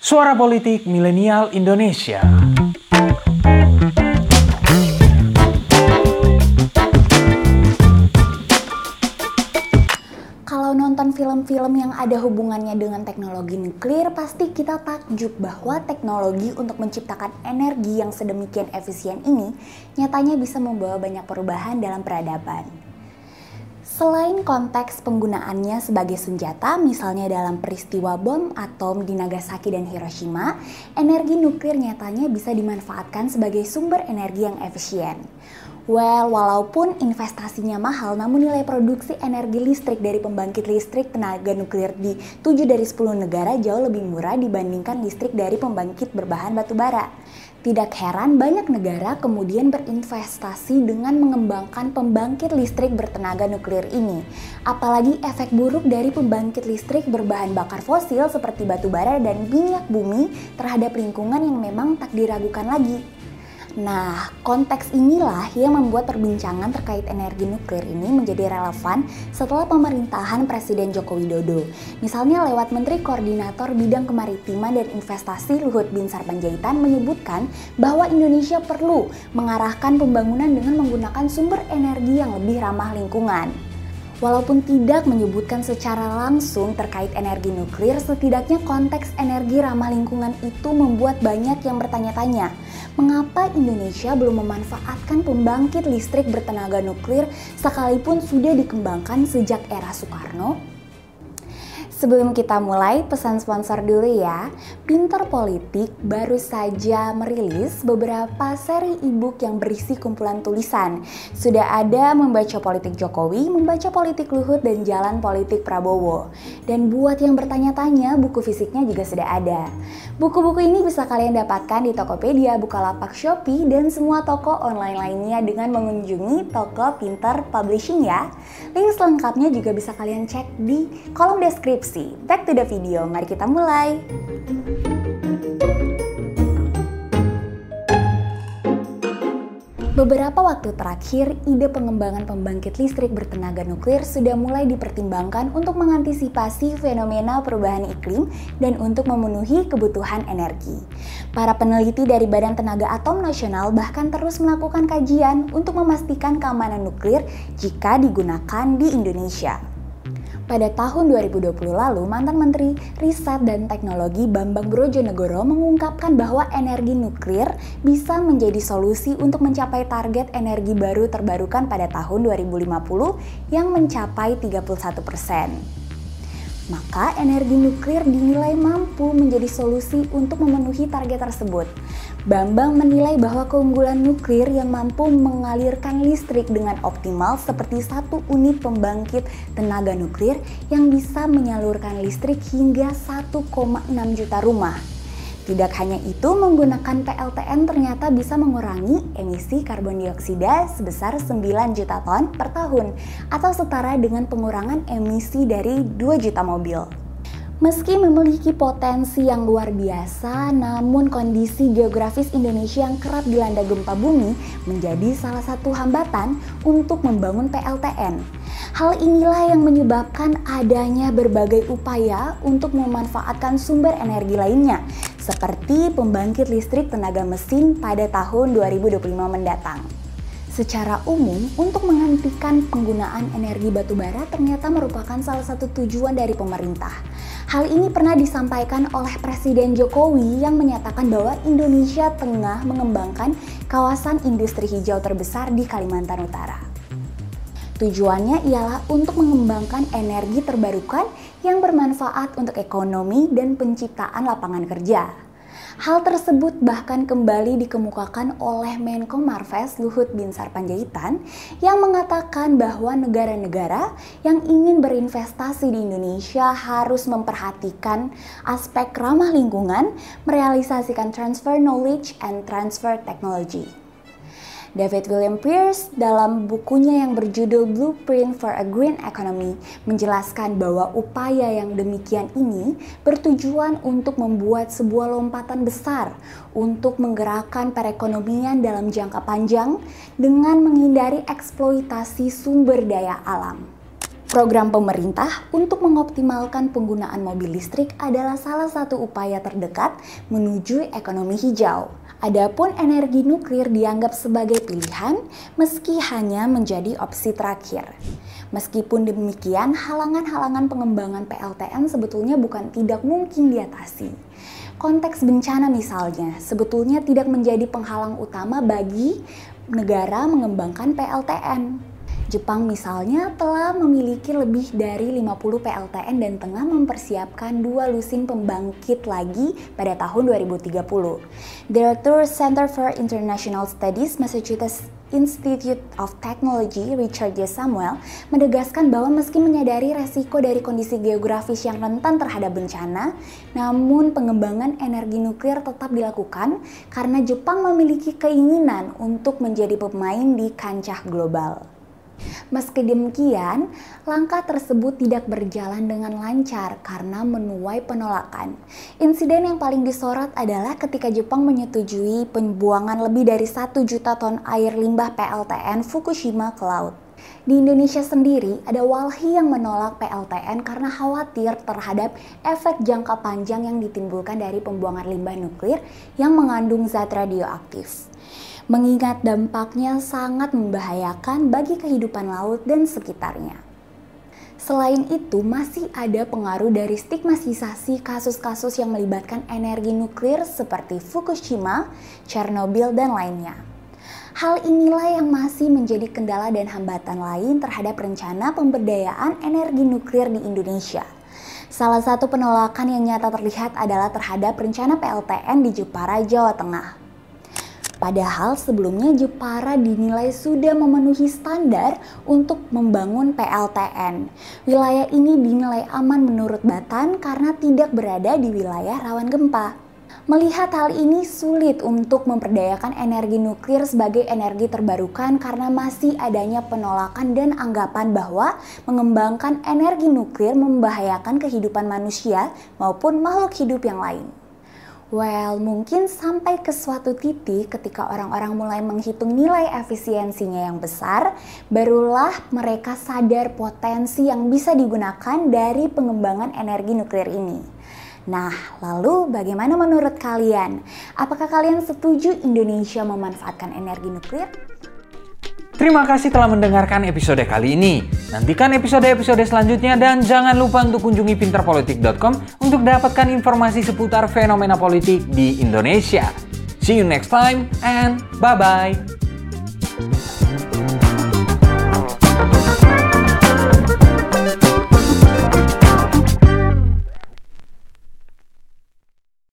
Suara Politik Milenial Indonesia. Kalau nonton film-film yang ada hubungannya dengan teknologi nuklir, pasti kita takjub bahwa teknologi untuk menciptakan energi yang sedemikian efisien ini nyatanya bisa membawa banyak perubahan dalam peradaban. Selain konteks penggunaannya sebagai senjata, misalnya dalam peristiwa bom atom di Nagasaki dan Hiroshima, energi nuklir nyatanya bisa dimanfaatkan sebagai sumber energi yang efisien. Walaupun investasinya mahal, namun nilai produksi energi listrik dari pembangkit listrik tenaga nuklir di 7 dari 10 negara jauh lebih murah dibandingkan listrik dari pembangkit berbahan batu bara. Tidak heran banyak negara kemudian berinvestasi dengan mengembangkan pembangkit listrik bertenaga nuklir ini. Apalagi efek buruk dari pembangkit listrik berbahan bakar fosil seperti batu bara dan minyak bumi terhadap lingkungan yang memang tak diragukan lagi. Nah, konteks inilah yang membuat perbincangan terkait energi nuklir ini menjadi relevan setelah pemerintahan Presiden Joko Widodo. Misalnya lewat Menteri Koordinator Bidang Kemaritiman dan Investasi Luhut Binsar Panjaitan menyebutkan bahwa Indonesia perlu mengarahkan pembangunan dengan menggunakan sumber energi yang lebih ramah lingkungan. Walaupun tidak menyebutkan secara langsung terkait energi nuklir, setidaknya konteks energi ramah lingkungan itu membuat banyak yang bertanya-tanya, mengapa Indonesia belum memanfaatkan pembangkit listrik bertenaga nuklir sekalipun sudah dikembangkan sejak era Soekarno? Sebelum kita mulai, pesan sponsor dulu ya. Pinter Politik baru saja merilis beberapa seri e-book yang berisi kumpulan tulisan. Sudah ada Membaca Politik Jokowi, Membaca Politik Luhut, dan Jalan Politik Prabowo. Dan buat yang bertanya-tanya, buku fisiknya juga sudah ada. Buku-buku ini bisa kalian dapatkan di Tokopedia, Bukalapak, Shopee, dan semua toko online lainnya dengan mengunjungi toko Pinter Publishing ya. Link selengkapnya juga bisa kalian cek di kolom deskripsi. Back to the video, mari kita mulai. Beberapa waktu terakhir, ide pengembangan pembangkit listrik bertenaga nuklir sudah mulai dipertimbangkan untuk mengantisipasi fenomena perubahan iklim dan untuk memenuhi kebutuhan energi. Para peneliti dari Badan Tenaga Atom Nasional bahkan terus melakukan kajian untuk memastikan keamanan nuklir jika digunakan di Indonesia. Pada tahun 2020 lalu, mantan Menteri Riset dan Teknologi Bambang Brojonegoro mengungkapkan bahwa energi nuklir bisa menjadi solusi untuk mencapai target energi baru terbarukan pada tahun 2050 yang mencapai 31%. Maka energi nuklir dinilai mampu menjadi solusi untuk memenuhi target tersebut. Bambang menilai bahwa keunggulan nuklir yang mampu mengalirkan listrik dengan optimal seperti satu unit pembangkit tenaga nuklir yang bisa menyalurkan listrik hingga 1,6 juta rumah. Tidak hanya itu, menggunakan PLTN ternyata bisa mengurangi emisi karbon dioksida sebesar 9 juta ton per tahun atau setara dengan pengurangan emisi dari 2 juta mobil. Meski memiliki potensi yang luar biasa, namun kondisi geografis Indonesia yang kerap dilanda gempa bumi menjadi salah satu hambatan untuk membangun PLTN. Hal inilah yang menyebabkan adanya berbagai upaya untuk memanfaatkan sumber energi lainnya, seperti pembangkit listrik tenaga mesin pada tahun 2025 mendatang. Secara umum, untuk menghentikan penggunaan energi batu bara ternyata merupakan salah satu tujuan dari pemerintah. Hal ini pernah disampaikan oleh Presiden Jokowi yang menyatakan bahwa Indonesia tengah mengembangkan kawasan industri hijau terbesar di Kalimantan Utara. Tujuannya ialah untuk mengembangkan energi terbarukan yang bermanfaat untuk ekonomi dan penciptaan lapangan kerja. Hal tersebut bahkan kembali dikemukakan oleh Menko Marves Luhut Binsar Panjaitan yang mengatakan bahwa negara-negara yang ingin berinvestasi di Indonesia harus memperhatikan aspek ramah lingkungan, merealisasikan transfer knowledge and transfer technology. David William Pierce dalam bukunya yang berjudul Blueprint for a Green Economy menjelaskan bahwa upaya yang demikian ini bertujuan untuk membuat sebuah lompatan besar untuk menggerakkan perekonomian dalam jangka panjang dengan menghindari eksploitasi sumber daya alam. Program pemerintah untuk mengoptimalkan penggunaan mobil listrik adalah salah satu upaya terdekat menuju ekonomi hijau. Adapun energi nuklir dianggap sebagai pilihan meski hanya menjadi opsi terakhir. Meskipun demikian, halangan-halangan pengembangan PLTN sebetulnya bukan tidak mungkin diatasi. Konteks bencana misalnya sebetulnya tidak menjadi penghalang utama bagi negara mengembangkan PLTN. Jepang misalnya telah memiliki lebih dari 50 PLTN dan tengah mempersiapkan 2 lusin pembangkit lagi pada tahun 2030. Direktur Center for International Studies Massachusetts Institute of Technology Richard J. Samuel menegaskan bahwa meski menyadari resiko dari kondisi geografis yang rentan terhadap bencana, namun pengembangan energi nuklir tetap dilakukan karena Jepang memiliki keinginan untuk menjadi pemain di kancah global. Meski demikian, langkah tersebut tidak berjalan dengan lancar karena menuai penolakan. Insiden yang paling disorot adalah ketika Jepang menyetujui pembuangan lebih dari 1 juta ton air limbah PLTN Fukushima ke laut. Di Indonesia sendiri, ada walhi yang menolak PLTN karena khawatir terhadap efek jangka panjang yang ditimbulkan dari pembuangan limbah nuklir yang mengandung zat radioaktif. Mengingat dampaknya sangat membahayakan bagi kehidupan laut dan sekitarnya. Selain itu, masih ada pengaruh dari stigmatisasi kasus-kasus yang melibatkan energi nuklir seperti Fukushima, Chernobyl, dan lainnya. Hal inilah yang masih menjadi kendala dan hambatan lain terhadap rencana pemberdayaan energi nuklir di Indonesia. Salah satu penolakan yang nyata terlihat adalah terhadap rencana PLTN di Jepara, Jawa Tengah. Padahal sebelumnya Jepara dinilai sudah memenuhi standar untuk membangun PLTN. Wilayah ini dinilai aman menurut Batan karena tidak berada di wilayah rawan gempa. Melihat hal ini sulit untuk memperdayakan energi nuklir sebagai energi terbarukan karena masih adanya penolakan dan anggapan bahwa mengembangkan energi nuklir membahayakan kehidupan manusia maupun makhluk hidup yang lain. Well, mungkin sampai ke suatu titik ketika orang-orang mulai menghitung nilai efisiensinya yang besar, barulah mereka sadar potensi yang bisa digunakan dari pengembangan energi nuklir ini. Nah, lalu bagaimana menurut kalian? Apakah kalian setuju Indonesia memanfaatkan energi nuklir? Terima kasih telah mendengarkan episode kali ini. Nantikan episode-episode selanjutnya dan jangan lupa untuk kunjungi pinterpolitik.com untuk dapatkan informasi seputar fenomena politik di Indonesia. See you next time and bye-bye.